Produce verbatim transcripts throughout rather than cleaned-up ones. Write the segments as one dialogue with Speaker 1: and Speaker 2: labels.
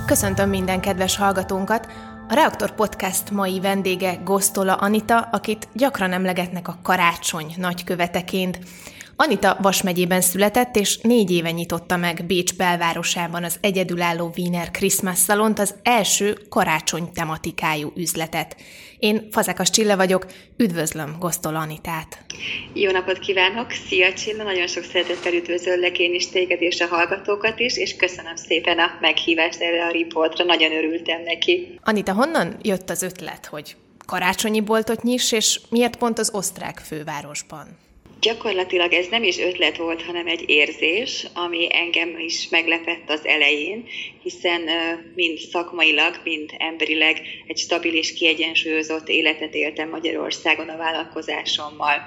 Speaker 1: Köszöntöm minden kedves hallgatónkat! A Reaktor Podcast mai vendége Gosztola Anita, akit gyakran emlegetnek a karácsony nagyköveteként. Anita Vas megyében született, és négy éve nyitotta meg Bécs belvárosában az egyedülálló Wiener Christmas szalont, az első karácsony tematikájú üzletet. Én Fazekas Csilla vagyok, üdvözlöm Gosztola Anitát!
Speaker 2: Jó napot kívánok! Szia Csilla! Nagyon sok szeretettel üdvözöllek én is téged és a hallgatókat is, és köszönöm szépen a meghívást erre a riportra, nagyon örültem neki.
Speaker 1: Anita, honnan jött az ötlet, hogy karácsonyi boltot nyiss, és miért pont az osztrák fővárosban?
Speaker 2: Gyakorlatilag ez nem is ötlet volt, hanem egy érzés, ami engem is meglepett az elején, hiszen mind szakmailag, mind emberileg egy stabil és kiegyensúlyozott életet éltem Magyarországon a vállalkozásommal.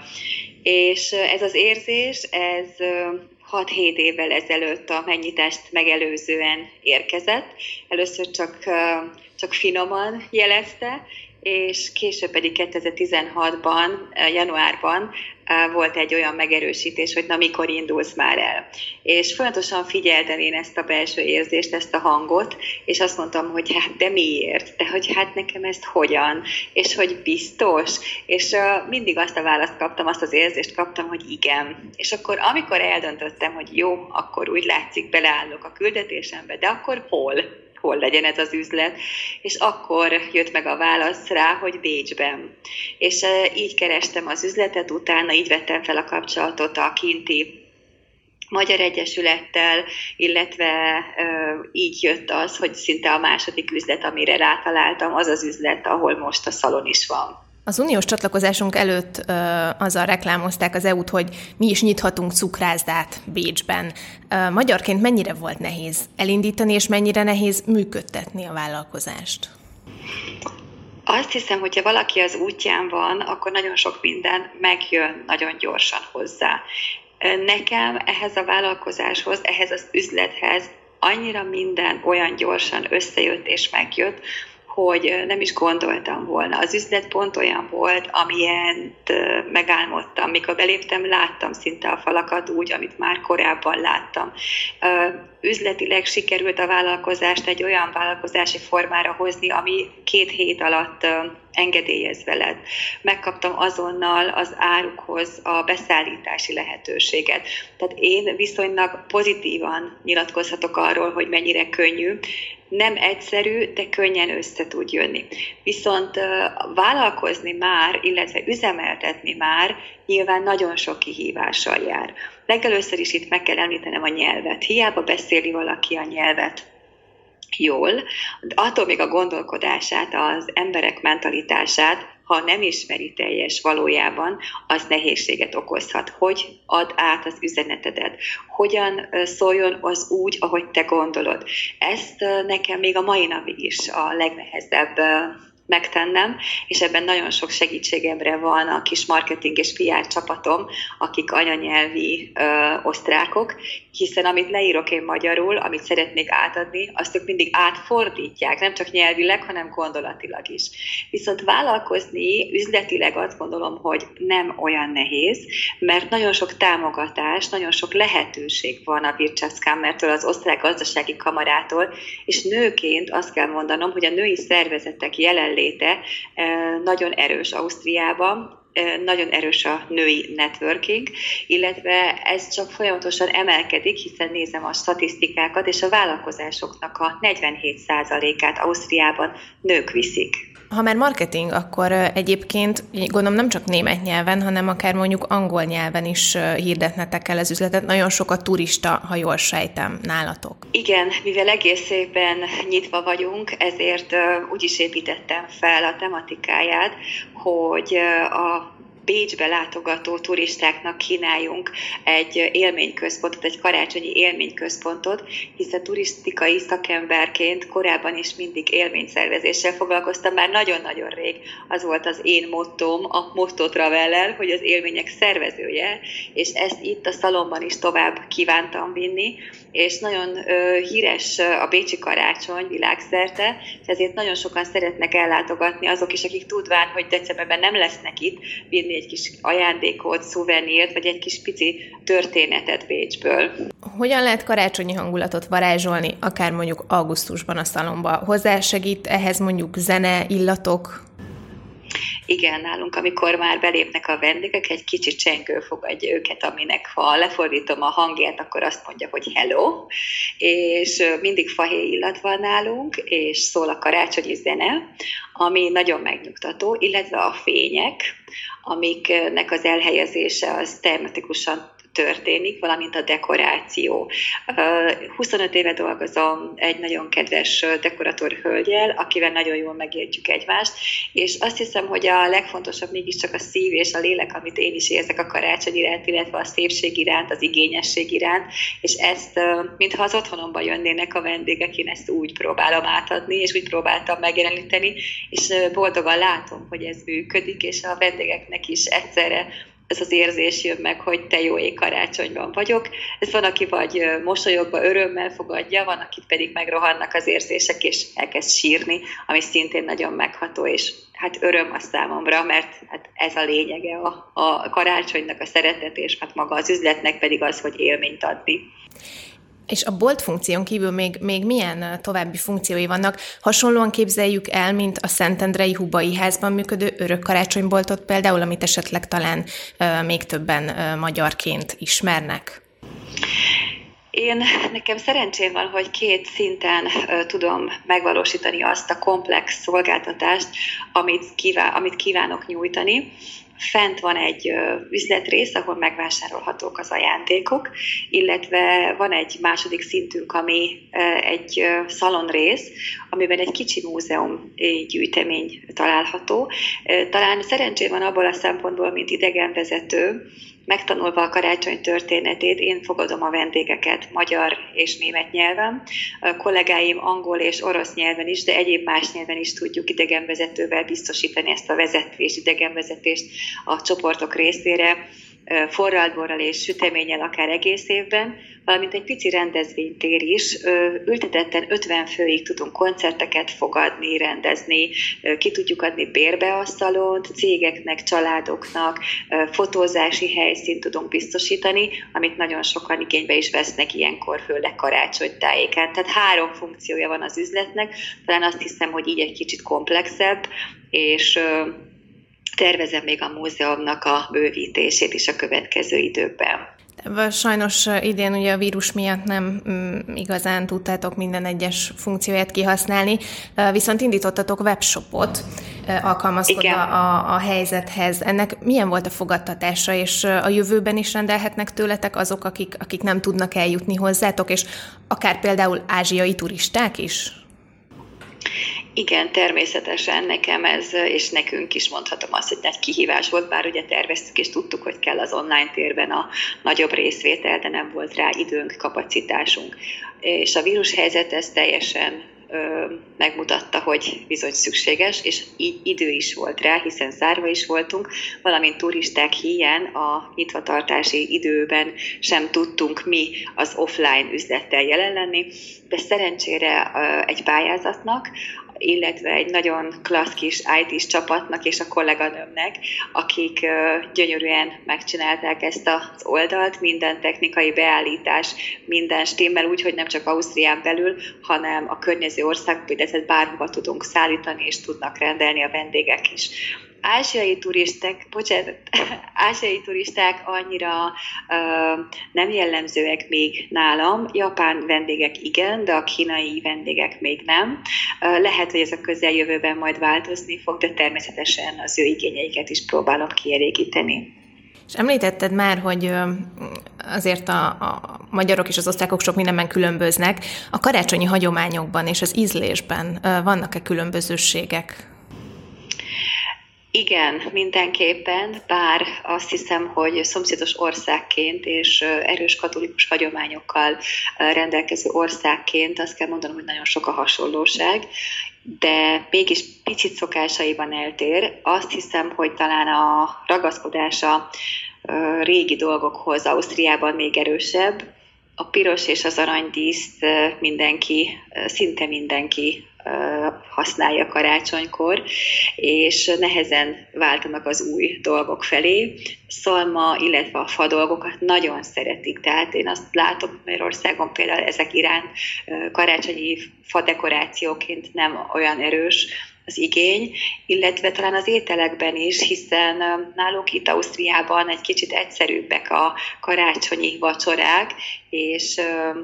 Speaker 2: És ez az érzés, ez hat-hét évvel ezelőtt a megnyitást megelőzően érkezett. Először csak, csak finoman jelezte, és később pedig kétezer-tizenhatban, januárban volt egy olyan megerősítés, hogy na mikor indulsz már el. És folyamatosan figyeltem én ezt a belső érzést, ezt a hangot, és azt mondtam, hogy hát de miért? De hogy hát nekem ezt hogyan? És hogy biztos? És uh, mindig azt a választ kaptam, azt az érzést kaptam, hogy igen. És akkor amikor eldöntöttem, hogy jó, akkor úgy látszik, beleállok a küldetésembe, de akkor hol? hol legyen ez az üzlet, és akkor jött meg a válasz rá, hogy Bécsben. És így kerestem az üzletet, utána így vettem fel a kapcsolatot a kinti Magyar Egyesülettel, illetve e, így jött az, hogy szinte a második üzlet, amire rátaláltam, az az üzlet, ahol most a szalon is van.
Speaker 1: Az uniós csatlakozásunk előtt ö, azzal reklámozták az é u-t, hogy mi is nyithatunk cukrászdát Bécsben. Ö, magyarként mennyire volt nehéz elindítani, és mennyire nehéz működtetni a vállalkozást?
Speaker 2: Azt hiszem, hogyha valaki az útján van, akkor nagyon sok minden megjön nagyon gyorsan hozzá. Nekem ehhez a vállalkozáshoz, ehhez az üzlethez annyira minden olyan gyorsan összejött és megjött, hogy nem is gondoltam volna. Az üzlet pont olyan volt, amilyent megálmodtam. Mikor beléptem, láttam szinte a falakat úgy, amit már korábban láttam. Üzletileg sikerült a vállalkozást egy olyan vállalkozási formára hozni, ami két hét alatt engedélyezve lett. Megkaptam azonnal az árukhoz a beszállítási lehetőséget. Tehát én viszonylag pozitívan nyilatkozhatok arról, hogy mennyire könnyű. Nem egyszerű, de könnyen össze tud jönni. Viszont vállalkozni már, illetve üzemeltetni már nyilván nagyon sok kihívással jár. Legelőször is itt meg kell említenem a nyelvet. Hiába beszéli valaki a nyelvet jól, de attól még a gondolkodását, az emberek mentalitását, ha nem ismeri teljes valójában, az nehézséget okozhat. Hogy add át az üzenetedet? Hogyan szóljon az úgy, ahogy te gondolod? Ezt nekem még a mai napig is a legnehezebb megtennem, és ebben nagyon sok segítségemre van a kis marketing és pé er csapatom, akik anyanyelvi ö, osztrákok, hiszen amit leírok én magyarul, amit szeretnék átadni, azt ők mindig átfordítják, nem csak nyelvileg, hanem gondolatilag is. Viszont vállalkozni üzletileg azt gondolom, hogy nem olyan nehéz, mert nagyon sok támogatás, nagyon sok lehetőség van a Wirtschaftskammertől, az osztrák gazdasági kamarától, és nőként azt kell mondanom, hogy a női szervezetek jelenléte nagyon erős Ausztriában, nagyon erős a női networking, illetve ez csak folyamatosan emelkedik, hiszen nézem a statisztikákat, és a vállalkozásoknak a negyvenhét százalékát Ausztriában nők viszik.
Speaker 1: Ha már marketing, akkor egyébként gondolom nem csak német nyelven, hanem akár mondjuk angol nyelven is hirdetnetek el az üzletet. Nagyon sok a turista, ha jól sejtem, nálatok.
Speaker 2: Igen, mivel egész évben nyitva vagyunk, ezért úgy is építettem fel a tematikáját, hogy a Bécsbe látogató turistáknak kínáljunk egy élményközpontot, egy karácsonyi élményközpontot, hiszen turisztikai szakemberként korábban is mindig élményszervezéssel foglalkoztam, már nagyon-nagyon rég az volt az én mottóm, a Motto Traveller, hogy az élmények szervezője, és ezt itt a szalomban is tovább kívántam vinni, és nagyon ö, híres a bécsi karácsony világszerte, ezért nagyon sokan szeretnek ellátogatni azok is, akik tudván, hogy decemberben nem lesznek itt, vinni vinni egy kis ajándékot, szuvenírt, vagy egy kis pici történetet Bécsből.
Speaker 1: Hogyan lehet karácsonyi hangulatot varázsolni, akár mondjuk augusztusban a szalomba? Hozzásegít ehhez mondjuk zene, illatok?
Speaker 2: Igen, nálunk, amikor már belépnek a vendégek, egy kicsit csengő fogadja őket, aminek ha lefordítom a hangját, akkor azt mondja, hogy hello, és mindig fahéj illat van nálunk, és szól a karácsonyi zene, ami nagyon megnyugtató, illetve a fények, amiknek az elhelyezése az tematikusan történik, valamint a dekoráció. huszonöt éve dolgozom egy nagyon kedves dekoratór hölgyel, akivel nagyon jól megértjük egymást, és azt hiszem, hogy a legfontosabb mégiscsak a szív és a lélek, amit én is érzek a karácsony iránt, illetve a szépség iránt, az igényesség iránt, és ezt, mintha az otthonomba jönnének a vendégek, én ezt úgy próbálom átadni, és úgy próbáltam megjeleníteni, és boldogan látom, hogy ez működik, és a vendégeknek is egyszerre ez az érzés jön meg, hogy te jó ég, karácsonyban vagyok. Ez van, aki vagy mosolyogva, örömmel fogadja, van, akit pedig megrohannak az érzések, és elkezd sírni, ami szintén nagyon megható, és hát öröm a számomra, mert hát ez a lényege a, a karácsonynak, a szeretet, és hát maga az üzletnek pedig az, hogy élményt adni.
Speaker 1: És a bolt funkción kívül még, még milyen további funkciói vannak? Hasonlóan képzeljük el, mint a Szentendrei Hubai Házban működő örök karácsonyboltot például, amit esetleg talán uh, még többen uh, magyarként ismernek.
Speaker 2: Én, nekem szerencsém van, hogy két szinten uh, tudom megvalósítani azt a komplex szolgáltatást, amit, kíván, amit kívánok nyújtani. Fent van egy üzletrész, ahol megvásárolhatók az ajándékok, illetve van egy második szintünk, ami egy szalonrész, amiben egy kicsi múzeum gyűjtemény található. Talán szerencsém van abból a szempontból, mint idegenvezető, megtanulva a karácsony történetét, én fogadom a vendégeket magyar és német nyelven, a kollégáim angol és orosz nyelven is, de egyéb más nyelven is tudjuk idegenvezetővel biztosítani ezt a vezetést, idegenvezetést a csoportok részére, forraltborral és süteménnyel akár egész évben, valamint egy pici rendezvénytér is. Ültetetten ötven főig tudunk koncerteket fogadni, rendezni, ki tudjuk adni bérbe a szalont, cégeknek, családoknak, fotózási helyszínt tudunk biztosítani, amit nagyon sokan igénybe is vesznek ilyenkor, főleg karácsony tájékán. Tehát három funkciója van az üzletnek, talán azt hiszem, hogy így egy kicsit komplexebb, és tervezem még a múzeumnak a bővítését is a következő időkben.
Speaker 1: Sajnos idén ugye a vírus miatt nem igazán tudtátok minden egyes funkcióját kihasználni, viszont indítottatok webshopot alkalmazkodva a, a helyzethez. Ennek milyen volt a fogadtatása, és a jövőben is rendelhetnek tőletek azok, akik, akik nem tudnak eljutni hozzátok, és akár például ázsiai turisták is?
Speaker 2: Igen, természetesen nekem ez, és nekünk is mondhatom azt, hogy nagy kihívás volt, bár ugye terveztük és tudtuk, hogy kell az online térben a nagyobb részvétel, de nem volt rá időnk, kapacitásunk. És a vírushelyzet ez teljesen ö, megmutatta, hogy bizony szükséges, és így idő is volt rá, hiszen zárva is voltunk, valamint turisták híján a nyitvatartási időben sem tudtunk mi az offline üzlettel jelen lenni, de szerencsére ö, egy pályázatnak, illetve egy nagyon klassz kis í té-s csapatnak és a kolléganőmnek, akik gyönyörűen megcsinálták ezt az oldalt, minden technikai beállítás, minden stimmel úgy, hogy nem csak Ausztrián belül, hanem a környező országban, illetve bárhova tudunk szállítani, és tudnak rendelni a vendégek is. Ázsiai turisták, bocsánat, ázsiai turisták annyira uh, nem jellemzőek még nálam, japán vendégek igen, de a kínai vendégek még nem. Uh, lehet, hogy ez a közeljövőben majd változni fog, de természetesen az ő igényeiket is próbálom kielégíteni.
Speaker 1: És említetted már, hogy azért a, a magyarok és az osztrákok sok mindenben különböznek. A karácsonyi hagyományokban és az ízlésben vannak-e különbözőségek?
Speaker 2: Igen, mindenképpen, bár azt hiszem, hogy szomszédos országként és erős katolikus hagyományokkal rendelkező országként azt kell mondanom, hogy nagyon sok a hasonlóság, de mégis picit szokásaiban eltér. Azt hiszem, hogy talán a ragaszkodása régi dolgokhoz Ausztriában még erősebb, a piros és az aranydíszt mindenki, szinte mindenki használja karácsonykor, és nehezen váltanak az új dolgok felé. Szalma, illetve a fa dolgokat nagyon szeretik, tehát én azt látom Magyarországon például ezek iránt karácsonyi fa dekorációként nem olyan erős az igény, illetve talán az ételekben is, hiszen nálunk itt Ausztriában egy kicsit egyszerűbbek a karácsonyi vacsorák, és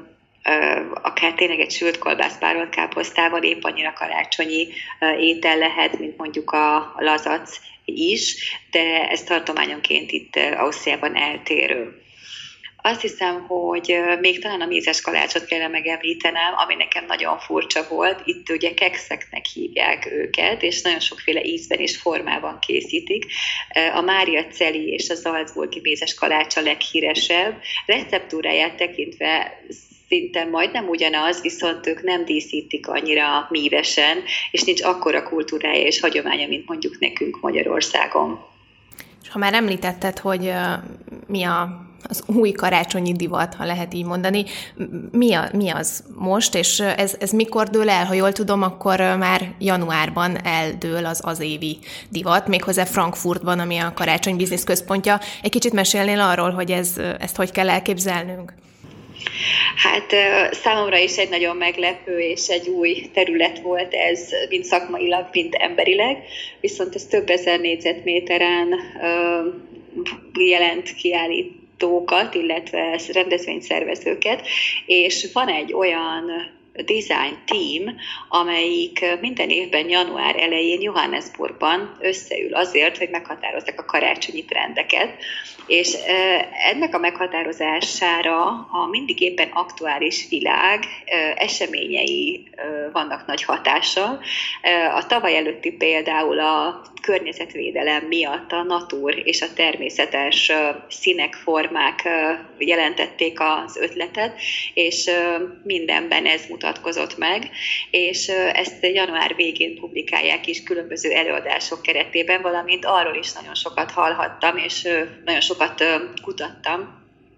Speaker 2: akár tényleg egy sült kolbász párolt káposztával épp annyira karácsonyi étel lehet, mint mondjuk a lazac is, de ez tartományonként itt Ausztriában eltérő. Azt hiszem, hogy még talán a mézes kalácsot kellene megemlítenem, ami nekem nagyon furcsa volt. Itt ugye kekszeknek hívják őket, és nagyon sokféle ízben és formában készítik. A Mária Celi és a salzburgi mézes kalács a leghíresebb. Receptúráját tekintve szinte majdnem ugyanaz, viszont ők nem díszítik annyira mívesen, és nincs akkora kultúrája és hagyománya, mint mondjuk nekünk Magyarországon.
Speaker 1: És ha már említetted, hogy mi a, az új karácsonyi divat, ha lehet így mondani, mi, a, mi az most, és ez, ez mikor dől el? Ha jól tudom, akkor már januárban eldől az az évi divat, méghozzá Frankfurtban, ami a karácsony biznisz központja. Egy kicsit mesélnél arról, hogy ez, ezt hogy kell elképzelnünk?
Speaker 2: Hát számomra is egy nagyon meglepő és egy új terület volt ez, mind szakmailag, mind emberileg, viszont ez több ezer négyzetméteren jelent kiállítókat, illetve rendezvényszervezőket, és van egy olyan design team, amelyik minden évben január elején Johannesburgban összeül azért, hogy meghatározzák a karácsonyi trendeket, és ennek a meghatározására a mindig éppen aktuális világ eseményei vannak nagy hatással. A tavaly előtti például a környezetvédelem miatt a natur és a természetes színek, formák jelentették az ötletet, és mindenben ez mutatkozott meg, és ezt január végén publikálják is különböző előadások keretében, valamint arról is nagyon sokat hallhattam, és nagyon sokat kutattam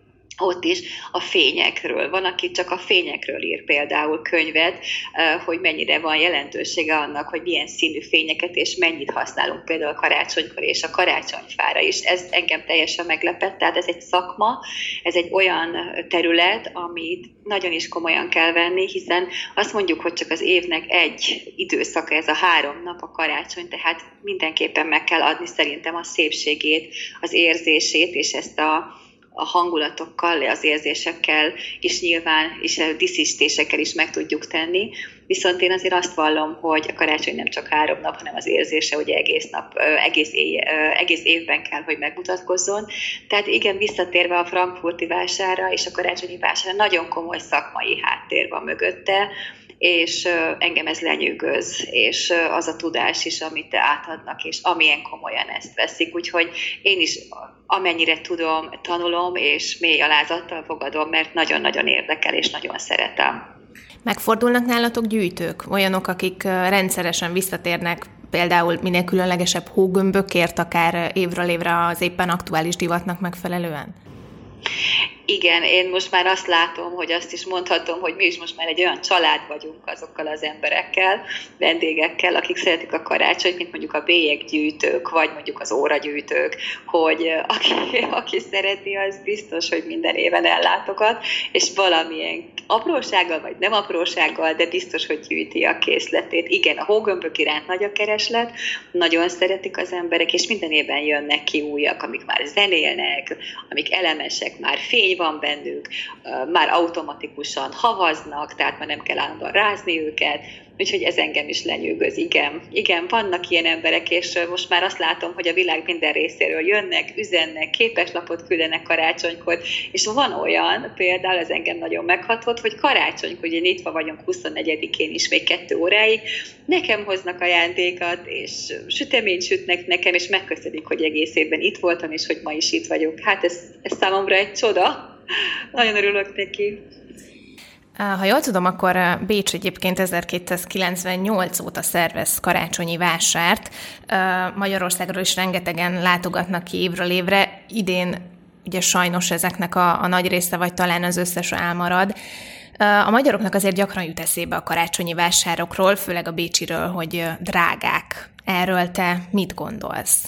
Speaker 2: ott is a fényekről. Van, aki csak a fényekről ír például könyvet, hogy mennyire van jelentősége annak, hogy milyen színű fényeket és mennyit használunk például karácsonykor és a karácsonyfára is. Ez engem teljesen meglepett, tehát ez egy szakma, ez egy olyan terület, amit nagyon is komolyan kell venni, hiszen azt mondjuk, hogy csak az évnek egy időszaka, ez a három nap a karácsony, tehát mindenképpen meg kell adni szerintem a szépségét, az érzését, és ezt a a hangulatokkal, az érzésekkel is nyilván, és a díszítésekkel is meg tudjuk tenni. Viszont én azért azt vallom, hogy a karácsony nem csak három nap, hanem az érzése, hogy egész nap, egész, éj, egész évben kell, hogy megmutatkozzon. Tehát igen, visszatérve a frankfurti vásárra és a karácsonyi vásárra, nagyon komoly szakmai háttér van mögötte, és engem ez lenyűgöz, és az a tudás is, amit átadnak, és amilyen komolyan ezt veszik. Úgyhogy én is amennyire tudom, tanulom, és mély alázattal fogadom, mert nagyon-nagyon érdekel, és nagyon szeretem.
Speaker 1: Megfordulnak nálatok gyűjtők? Olyanok, akik rendszeresen visszatérnek például minél különlegesebb hógömbökért, akár évről évre az éppen aktuális divatnak megfelelően?
Speaker 2: Igen, én most már azt látom, hogy azt is mondhatom, hogy mi is most már egy olyan család vagyunk azokkal az emberekkel, vendégekkel, akik szeretik a karácsonyt, mint mondjuk a bélyeggyűjtők, vagy mondjuk az óragyűjtők, hogy aki, aki szereti, az biztos, hogy minden éven ellátogat, és valamilyen aprósággal, vagy nem aprósággal, de biztos, hogy gyűjti a készletét. Igen, a hógömbök iránt nagy a kereslet, nagyon szeretik az emberek, és minden évben jönnek ki újak, amik már zenélnek, amik elemesek, már fény van bennük, már automatikusan havaznak, tehát már nem kell állandóan rázni őket, úgyhogy ez engem is lenyűgöz. Igen, igen, vannak ilyen emberek, és most már azt látom, hogy a világ minden részéről jönnek, üzennek, képeslapot küldenek karácsonykor, és van olyan, például ez engem nagyon meghatott, hogy karácsonykor, ugye nyitva vagyunk huszonnegyedikén is még kettő óráig, nekem hoznak ajándékat, és süteményt sütnek nekem, és megköszönik, hogy egész évben itt voltam, és hogy ma is itt vagyok. Hát ez, ez számomra egy csoda. Nagyon örülök neki.
Speaker 1: Ha jól tudom, akkor Bécs egyébként ezerkétszázkilencvennyolc óta szervez karácsonyi vásárt. Magyarországról is rengetegen látogatnak ki évről évre. Idén ugye sajnos ezeknek a, a nagy része, vagy talán az összes elmarad. A magyaroknak azért gyakran jut eszébe a karácsonyi vásárokról, főleg a bécsiről, hogy drágák. Erről te mit gondolsz?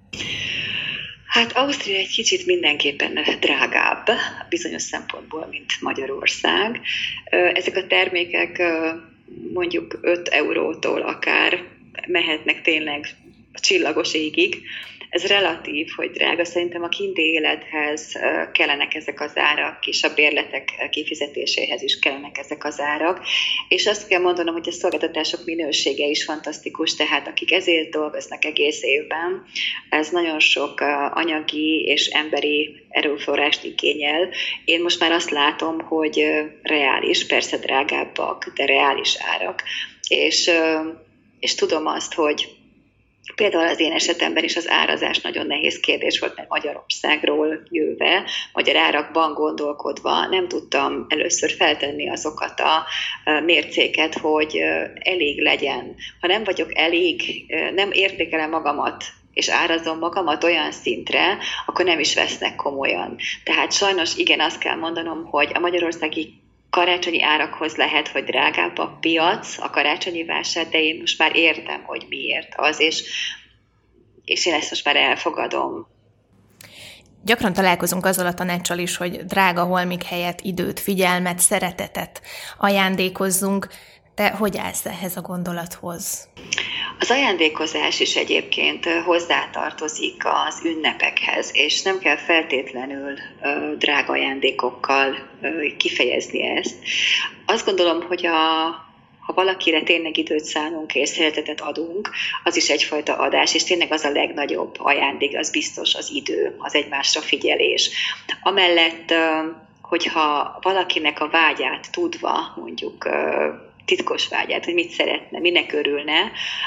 Speaker 2: Hát Ausztria egy kicsit mindenképpen drágább bizonyos szempontból, mint Magyarország. Ezek a termékek mondjuk öt eurótól akár mehetnek tényleg a csillagos égig. Ez relatív, hogy drága. Szerintem a kinti élethez kellenek ezek az árak, és a bérletek kifizetéséhez is kellenek ezek az árak. És azt kell mondanom, hogy a szolgáltatások minősége is fantasztikus, tehát akik ezért dolgoznak egész évben, ez nagyon sok anyagi és emberi erőforrást igényel. Én most már azt látom, hogy reális, persze drágábbak, de reális árak. És, és tudom azt, hogy például az én esetemben is az árazás nagyon nehéz kérdés volt, mert Magyarországról jöve, magyar árakban gondolkodva nem tudtam először feltenni azokat a mércéket, hogy elég legyen. Ha nem vagyok elég, nem értékelem magamat, és árazom magamat olyan szintre, akkor nem is vesznek komolyan. Tehát sajnos igen, azt kell mondanom, hogy a magyarországi karácsonyi árakhoz lehet, hogy drágább a piac, a karácsonyi vásár, de én most már értem, hogy miért az, és, és én ezt most már elfogadom.
Speaker 1: Gyakran találkozunk azzal a tanáccsal is, hogy drága holmik helyett időt, figyelmet, szeretetet ajándékozzunk. Te hogy állsz ehhez a gondolathoz?
Speaker 2: Az ajándékozás is egyébként hozzátartozik az ünnepekhez, és nem kell feltétlenül drága ajándékokkal kifejezni ezt. Azt gondolom, hogy a, ha valakire tényleg időt szánunk és szeretetet adunk, az is egyfajta adás, és tényleg az a legnagyobb ajándék, az biztos az idő, az egymásra figyelés. Amellett, hogyha valakinek a vágyát tudva, mondjuk titkos vágyát, hogy mit szeretne, minek örülne,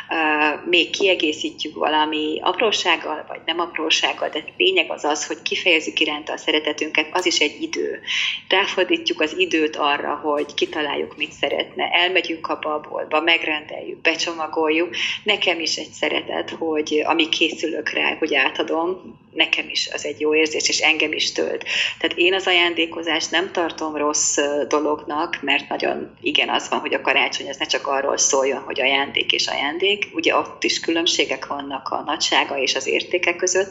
Speaker 2: még kiegészítjük valami aprósággal, vagy nem aprósággal, de lényeg az az, hogy kifejezzük iránta a szeretetünket, az is egy idő. Ráfordítjuk az időt arra, hogy kitaláljuk, mit szeretne, elmegyünk a boltba, megrendeljük, becsomagoljuk. Nekem is egy szeretet, hogy amíg készülök rá, hogy átadom, nekem is az egy jó érzés, és engem is tölt. Tehát én az ajándékozást nem tartom rossz dolognak, mert nagyon igen, az van, hogy a karácsony ez ne csak arról szóljon, hogy ajándék és ajándék, ugye ott is különbségek vannak a nagysága és az értéke között,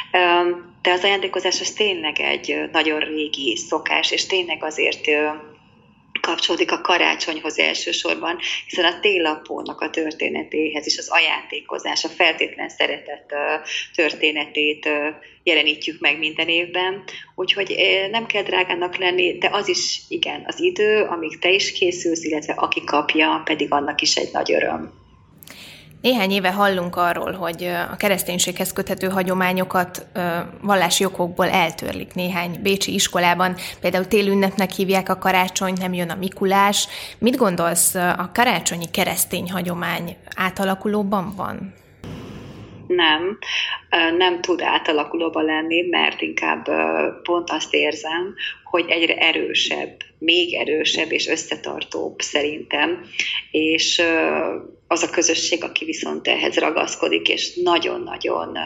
Speaker 2: de az ajándékozás az tényleg egy nagyon régi szokás, és tényleg azért kapcsolódik a karácsonyhoz elsősorban, hiszen a télapónak a történetéhez is az ajándékozás, a feltétlen szeretet történetét jelenítjük meg minden évben. Úgyhogy nem kell drágának lenni, de az is igen, az idő, amíg te is készülsz, illetve aki kapja, pedig annak is egy nagy öröm.
Speaker 1: Néhány éve hallunk arról, hogy a kereszténységhez köthető hagyományokat vallási okokból eltörlik néhány bécsi iskolában. Például télünnepnek hívják a karácsonyt, nem jön a Mikulás. Mit gondolsz, a karácsonyi keresztény hagyomány átalakulóban van?
Speaker 2: Nem, nem tud átalakulóban lenni, mert inkább pont azt érzem, hogy egyre erősebb, még erősebb és összetartóbb szerintem, és az a közösség, aki viszont ehhez ragaszkodik, és nagyon-nagyon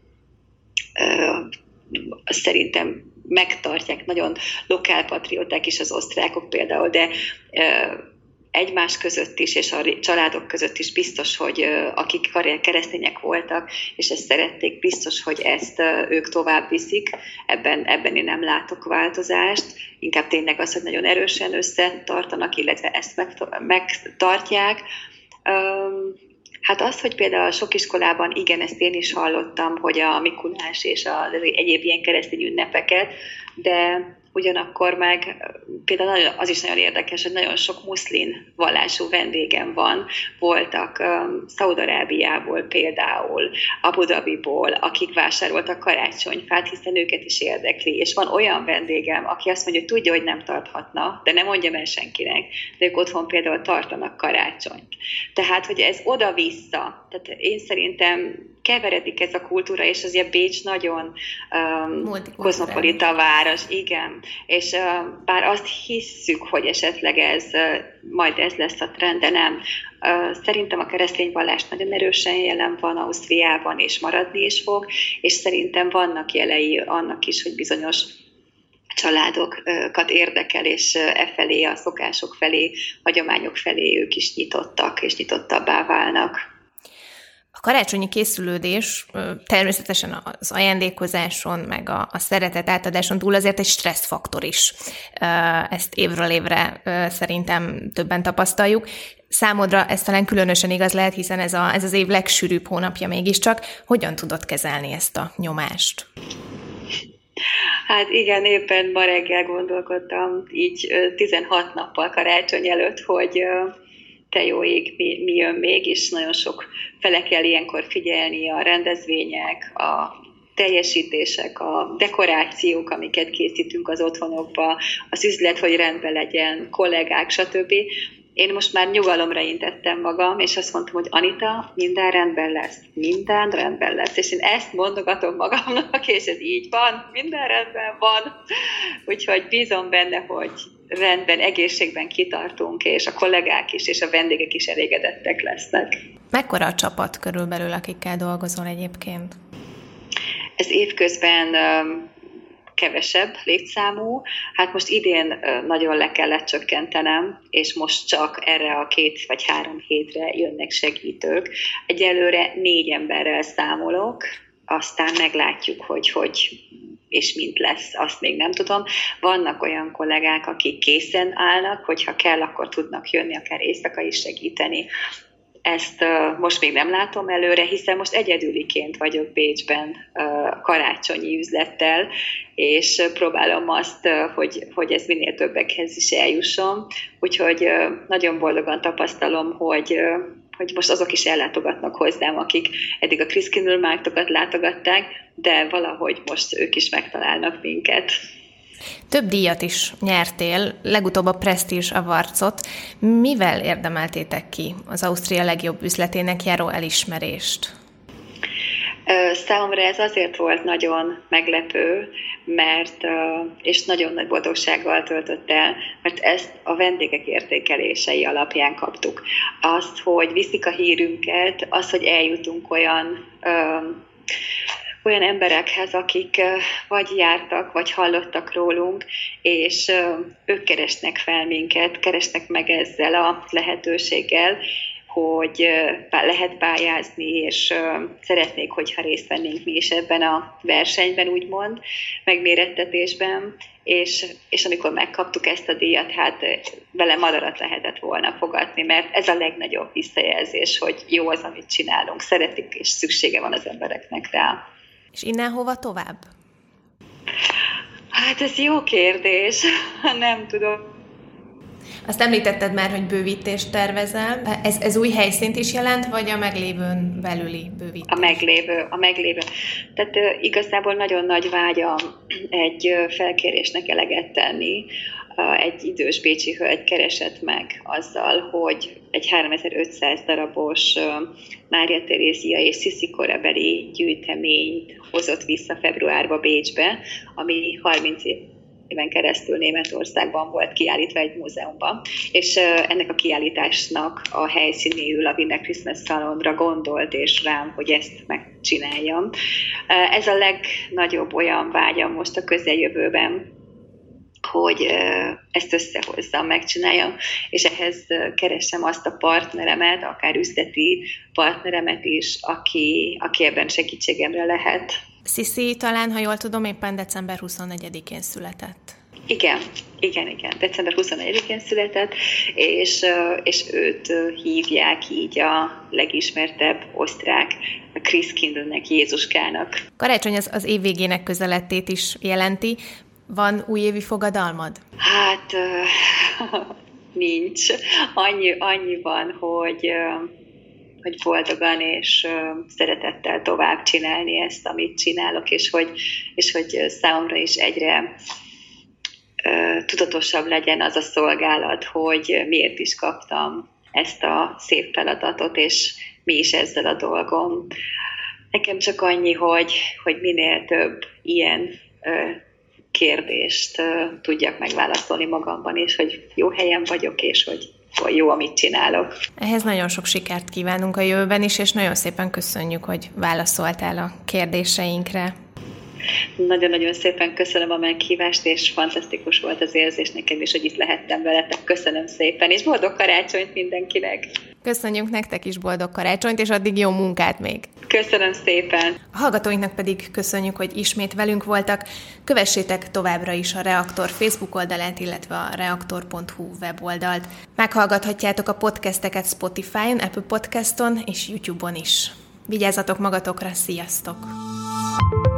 Speaker 2: szerintem megtartják, nagyon lokálpatrióták is az osztrákok például, de egymás között is, és a családok között is biztos, hogy akik keresztények voltak, és ezt szerették, biztos, hogy ezt ők tovább viszik. Ebben, ebben én nem látok változást. Inkább tényleg az, hogy nagyon erősen összetartanak, illetve ezt megtartják. Hát az, hogy például sok iskolában, igen, ezt én is hallottam, hogy a Mikulás és az egyéb ilyen keresztény ünnepeket, de ugyanakkor meg például az is nagyon érdekes, hogy nagyon sok muszlim vallású vendégem van, voltak um, Szaúd-Arábiából például, Abu Dhabiból, akik vásároltak karácsonyfát, hiszen őket is érdekli. És van olyan vendégem, aki azt mondja, hogy tudja, hogy nem tarthatna, de nem mondja el senkinek, de ők otthon például tartanak karácsonyt. Tehát, hogy ez oda-vissza. Tehát én szerintem keveredik ez a kultúra, és azért Bécs nagyon um, kozmopolita város, áras, igen. És uh, bár azt hisszük, hogy esetleg ez uh, majd ez lesz a trend, de nem. Uh, szerintem a keresztény vallás nagyon erősen jelen van Ausztriában, és maradni is fog, és szerintem vannak jelei annak is, hogy bizonyos családokat érdekel, és e felé, a szokások felé, hagyományok felé ők is nyitottak, és nyitottabbá válnak.
Speaker 1: A karácsonyi készülődés természetesen az ajándékozáson, meg a, a szeretet átadáson túl azért egy stresszfaktor is. Ezt évről évre szerintem többen tapasztaljuk. Számodra ez talán különösen igaz lehet, hiszen ez, a, ez az év legsűrűbb hónapja mégiscsak. Hogyan tudod kezelni ezt a nyomást?
Speaker 2: Hát igen, éppen ma reggel gondolkodtam így tizenhat nappal karácsony előtt, hogy te jó ég, mi, mi jön még, és nagyon sok fele kell ilyenkor figyelni, a rendezvények, a teljesítések, a dekorációk, amiket készítünk az otthonokba, az üzlet, hogy rendben legyen, kollégák, stb. Én most már nyugalomra intettem magam, és azt mondtam, hogy Anita, minden rendben lesz, minden rendben lesz, és én ezt mondogatom magamnak, és ez így van, minden rendben van, úgyhogy bízom benne, hogy rendben, egészségben kitartunk, és a kollégák is, és a vendégek is elégedettek lesznek.
Speaker 1: Mekkora a csapat körülbelül, akikkel dolgozol egyébként?
Speaker 2: Ez évközben kevesebb létszámú. Hát most idén nagyon le kellett csökkentenem, és most csak erre a két vagy három hétre jönnek segítők. Egyelőre négy emberrel számolok, aztán meglátjuk, hogy hogy és mint lesz, azt még nem tudom. Vannak olyan kollégák, akik készen állnak, hogyha kell, akkor tudnak jönni, akár éjszaka is segíteni. Ezt uh, most még nem látom előre, hiszen most egyedüliként vagyok Bécsben uh, karácsonyi üzlettel, és uh, próbálom azt, uh, hogy, hogy ez minél többekhez is eljusson. Úgyhogy uh, nagyon boldogan tapasztalom, hogy, uh, hogy most azok is ellátogatnak hozzám, akik eddig a Christkindlmarktokat látogatták, de valahogy most ők is megtalálnak minket.
Speaker 1: Több díjat is nyertél, legutóbb a Prestige Awardsot. Mivel érdemeltétek ki az Ausztria legjobb üzletének járó elismerést?
Speaker 2: Számomra ez azért volt nagyon meglepő, mert, és nagyon nagy boldogsággal töltött el, mert ezt a vendégek értékelései alapján kaptuk. Azt, hogy viszik a hírünket, az, hogy eljutunk olyan olyan emberekhez, akik vagy jártak, vagy hallottak rólunk, és ők keresnek fel minket, keresnek meg ezzel a lehetőséggel, hogy lehet pályázni, és szeretnék, hogyha részt vennénk mi is ebben a versenyben, úgymond, megmérettetésben, és, és amikor megkaptuk ezt a díjat, hát vele madarat lehetett volna fogadni, mert ez a legnagyobb visszajelzés, hogy jó az, amit csinálunk, szeretik, és szüksége van az embereknek rá.
Speaker 1: És innen hova tovább?
Speaker 2: Hát ez jó kérdés, nem tudom.
Speaker 1: Azt említetted már, hogy bővítést tervezel. Ez, ez új helyszínt is jelent, vagy a meglévőn belüli bővítés?
Speaker 2: A meglévő, a meglévő. Tehát uh, igazából nagyon nagy vágyam egy uh, felkérésnek eleget tenni. Uh, egy idős bécsi hölgy keresett meg azzal, hogy egy háromezer-ötszáz darabos uh, Mária Terézia és Sissi korabeli gyűjteményt hozott vissza februárba Bécsbe, ami harminc éven keresztül Németországban volt kiállítva egy múzeumban, és uh, ennek a kiállításnak a helyszínéül a Wiener Christmas Salonra gondolt, és rám, hogy ezt megcsináljam. Uh, ez a legnagyobb olyan vágyam most a közeljövőben, hogy ezt összehozzam, megcsináljam, és ehhez keresem azt a partneremet, akár üzleti partneremet is, aki, aki ebben segítségemre lehet.
Speaker 1: Sissi talán, ha jól tudom, éppen december huszonnegyedikén született.
Speaker 2: Igen, igen, igen. december huszonnegyedikén született, és, és őt hívják így a legismertebb osztrák Christkindlnek, Jézuskának.
Speaker 1: Karácsony az, az év végének közelettét is jelenti. Van újévi fogadalmad?
Speaker 2: Hát nincs. Annyi, annyi van, hogy, hogy boldogan és szeretettel tovább csinálni ezt, amit csinálok, és hogy, és hogy számomra is egyre tudatosabb legyen az a szolgálat, hogy miért is kaptam ezt a szép feladatot, és mi is ezzel a dolgom. Nekem csak annyi, hogy, hogy minél több ilyen kérdést tudjak megválaszolni magamban, és hogy jó helyen vagyok, és hogy jó, amit csinálok.
Speaker 1: Ehhez nagyon sok sikert kívánunk a jövőben is, és nagyon szépen köszönjük, hogy válaszoltál a kérdéseinkre.
Speaker 2: Nagyon-nagyon szépen köszönöm a meghívást, és fantasztikus volt az érzés nekem is, hogy itt lehettem veletek. Köszönöm szépen, és boldog karácsonyt mindenkinek!
Speaker 1: Köszönjük nektek is boldog karácsonyt, és addig jó munkát még!
Speaker 2: Köszönöm szépen!
Speaker 1: A hallgatóinknak pedig köszönjük, hogy ismét velünk voltak. Kövessétek továbbra is a Reaktor Facebook oldalát, illetve a reaktor pont hu weboldalt. Meghallgathatjátok a podcasteket Spotify-on, Apple Podcaston és YouTube-on is. Vigyázzatok magatokra, sziasztok!